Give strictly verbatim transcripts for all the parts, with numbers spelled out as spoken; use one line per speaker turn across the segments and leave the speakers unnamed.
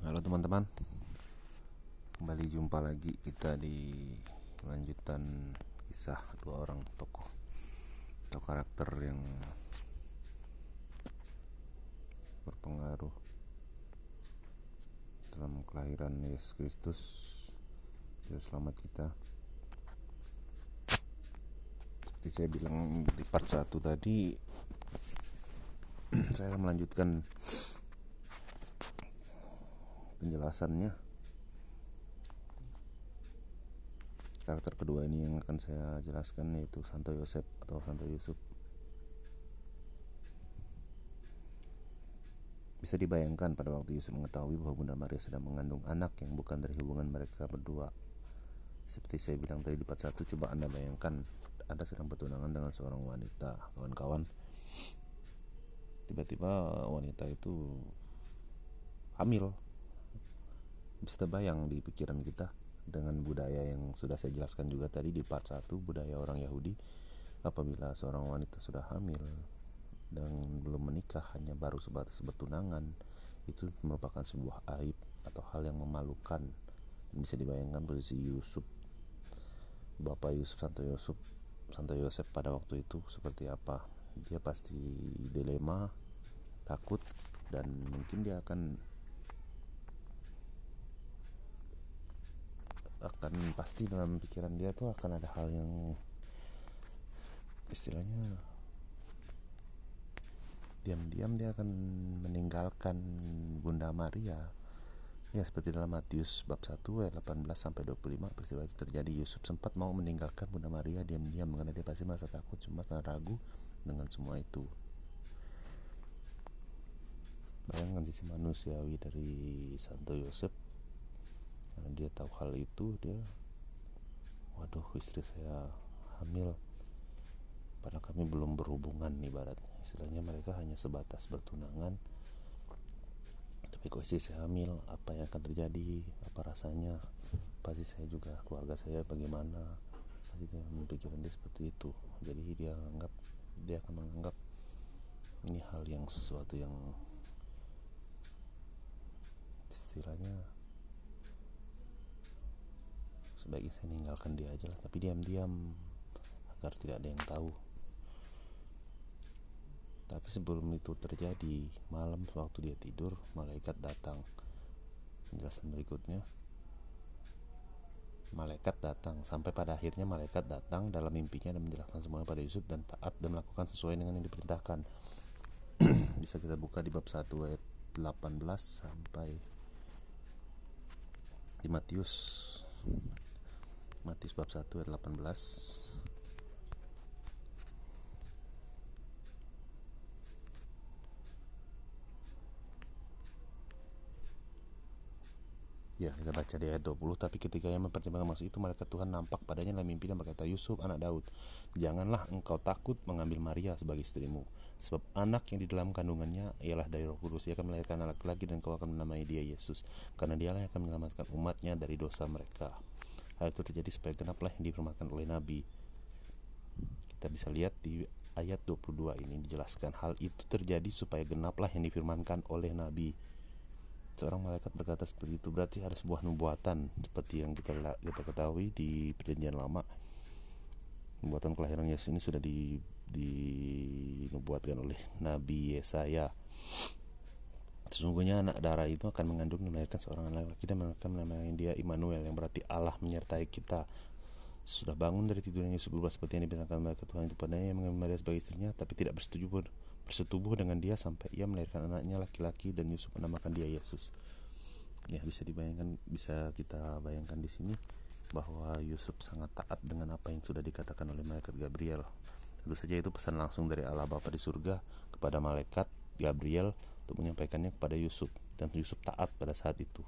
Halo teman-teman, kembali jumpa lagi kita di lanjutan kisah dua orang tokoh atau karakter yang berpengaruh dalam kelahiran Yesus Kristus, Juru Selamat kita. Seperti saya bilang di part satu tadi, saya melanjutkan penjelasannya. Karakter kedua ini yang akan saya jelaskan yaitu Santo Yosep atau Santo Yusuf. Bisa dibayangkan pada waktu Yusuf mengetahui bahwa Bunda Maria sedang mengandung anak yang bukan dari hubungan mereka berdua. Seperti saya bilang tadi di part satu, coba Anda bayangkan Anda sedang bertunangan dengan seorang wanita, kawan-kawan. Tiba-tiba wanita itu hamil. Bisa terbayang di pikiran kita dengan budaya yang sudah saya jelaskan juga tadi di part satu, budaya orang Yahudi. Apabila seorang wanita sudah hamil dan belum menikah, hanya baru sebatas bertunangan, itu merupakan sebuah aib atau hal yang memalukan. Bisa dibayangkan posisi Yusuf, Bapak Yusuf, Santo Yusuf, Santo Yosep pada waktu itu seperti apa. Dia pasti dilema, takut, dan mungkin dia akan akan pasti dalam pikiran dia tuh akan ada hal yang istilahnya diam-diam dia akan meninggalkan Bunda Maria. Ya, seperti dalam Matius bab satu ayat delapan belas sampai dua puluh lima peristiwa itu terjadi. Yusuf sempat mau meninggalkan Bunda Maria diam-diam karena dia pasti merasa takut, cemas, dan ragu dengan semua itu. Bayangkan sisi manusiawi dari Santo Yosep. Karena dia tahu hal itu, dia waduh, istri saya hamil, padahal kami belum berhubungan ibaratnya. Istilahnya mereka hanya sebatas bertunangan, tapi kok istri saya hamil, apa yang akan terjadi, apa rasanya, pasti saya juga, keluarga saya bagaimana. Pasti dia memikirkan dia seperti itu. Jadi dia anggap, dia akan menganggap ini hal yang sesuatu yang istilahnya sebaiknya saya meninggalkan dia aja lah, tapi diam-diam agar tidak ada yang tahu. Tapi sebelum itu terjadi, malam waktu dia tidur, malaikat datang. Penjelasan berikutnya, malaikat datang sampai pada akhirnya malaikat datang dalam mimpinya dan menjelaskan semuanya pada Yusuf dan taat dan melakukan sesuai dengan yang diperintahkan. Bisa kita buka di bab satu ayat delapan belas sampai di Matius Matius bab satu ayat delapan belas. Ya, kita baca di ayat dua puluh. Tapi ketika ia mempertimbangkan maksud itu, malaikat Tuhan nampak padanya dalam mimpi dan berkata, Yusuf, anak Daud, janganlah engkau takut mengambil Maria sebagai istrimu, sebab anak yang di dalam kandungannya ialah dari Roh Kudus. Ia akan melahirkan anak lagi dan kau akan menamai dia Yesus, karena dialah yang akan menyelamatkan umatnya dari dosa mereka. Hal itu terjadi supaya genaplah yang difirmankan oleh Nabi. Kita bisa lihat di ayat dua puluh dua ini dijelaskan, hal itu terjadi supaya genaplah yang difirmankan oleh Nabi. Seorang malaikat berkata seperti itu, berarti ada sebuah nubuatan seperti yang kita kita ketahui di Perjanjian Lama. Nubuatan kelahiran Yesus ini sudah di, dinubuatkan oleh Nabi Yesaya. Sesungguhnya anak darah itu akan mengandung dan melahirkan seorang anak laki dan akan menamai dia Immanuel, yang berarti Allah menyertai kita. Sudah bangun dari tidurnya, Yusuf berubah seperti yang diberitakan malaikat Tuhan itu padanya, yang mengambil Maria sebagai istrinya, tapi tidak bersetuju bersetubuh dengan dia sampai ia melahirkan anaknya laki-laki, dan Yusuf menamakan dia Yesus. Ya, bisa dibayangkan, bisa kita bayangkan di sini bahwa Yusuf sangat taat dengan apa yang sudah dikatakan oleh malaikat Gabriel. Tentu saja itu pesan langsung dari Allah Bapa di surga kepada malaikat Gabriel untuk menyampaikannya kepada Yusuf, dan Yusuf taat pada saat itu.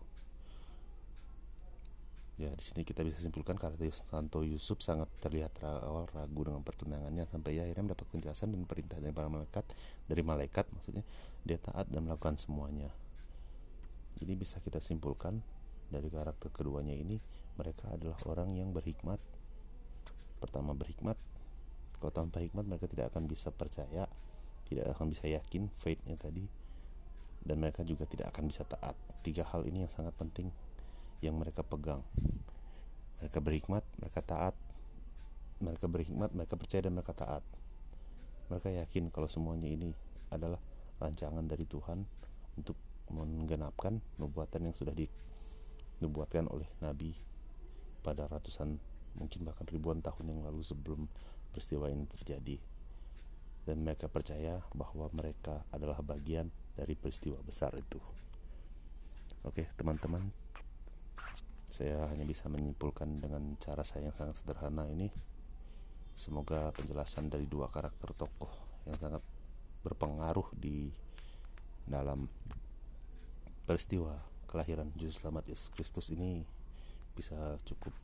Ya, di sini kita bisa simpulkan karakter Santo Yusuf sangat terlihat awal ragu dengan pertunangannya, sampai ia akhirnya mendapat penjelasan dan perintah dari para malaikat, dari malaikat maksudnya, dia taat dan melakukan semuanya. Jadi bisa kita simpulkan dari karakter keduanya ini, mereka adalah orang yang berhikmat. Pertama, berhikmat. Kalau tanpa hikmat mereka tidak akan bisa percaya, tidak akan bisa yakin faith-nya tadi. dan mereka juga tidak akan bisa taat. Tiga hal ini yang sangat penting yang mereka pegang. Mereka berhikmat, mereka taat. Mereka berhikmat, mereka percaya, dan mereka taat. Mereka yakin kalau semuanya ini adalah rancangan dari Tuhan untuk menggenapkan nubuatan yang sudah dinubuatkan oleh Nabi pada ratusan, mungkin bahkan ribuan tahun yang lalu sebelum peristiwa ini terjadi. Dan mereka percaya bahwa mereka adalah bagian dari peristiwa besar itu. Oke teman-teman, saya hanya bisa menyimpulkan dengan cara saya yang sangat sederhana ini. Semoga penjelasan dari dua karakter tokoh yang sangat berpengaruh di dalam peristiwa kelahiran Juru Selamat Yesus Kristus ini bisa cukup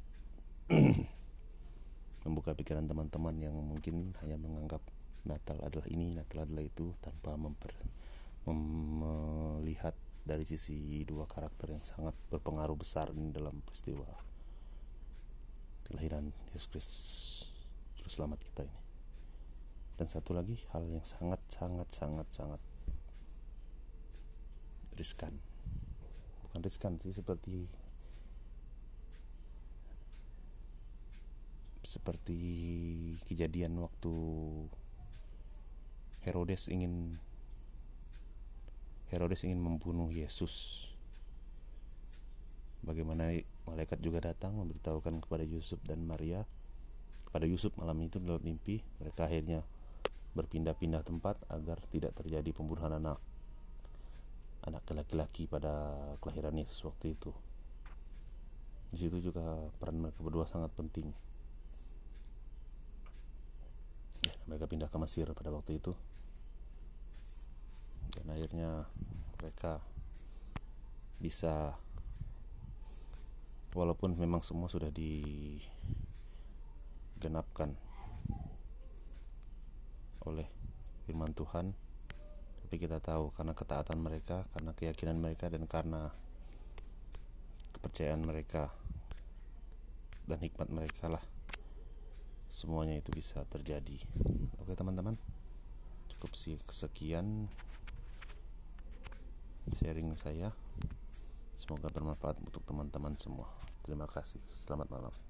membuka pikiran teman-teman yang mungkin hanya menganggap Natal adalah ini, Natal adalah itu, tanpa memper, mem- melihat dari sisi dua karakter yang sangat berpengaruh besar ini dalam peristiwa kelahiran Yesus Kristus, Juru Selamat kita ini. Dan satu lagi hal yang sangat sangat sangat sangat riskan, bukan riskan sih, seperti seperti kejadian waktu Herodes ingin Herodes ingin membunuh Yesus. Bagaimana malaikat juga datang memberitahukan kepada Yusuf dan Maria, kepada Yusuf malam itu dalam mimpi. Mereka akhirnya berpindah-pindah tempat agar tidak terjadi pembunuhan anak anak laki-laki pada kelahiran Yesus waktu itu. Di situ juga peran mereka berdua sangat penting. Ya, mereka pindah ke Mesir pada waktu itu. Dan akhirnya mereka bisa, walaupun memang semua sudah digenapkan oleh firman Tuhan, tapi kita tahu karena ketaatan mereka, karena keyakinan mereka, dan karena kepercayaan mereka dan hikmat mereka lah semuanya itu bisa terjadi. Oke teman-teman, cukup sih sekian sharing saya. Semoga bermanfaat untuk teman-teman semua. Terima kasih. Selamat malam.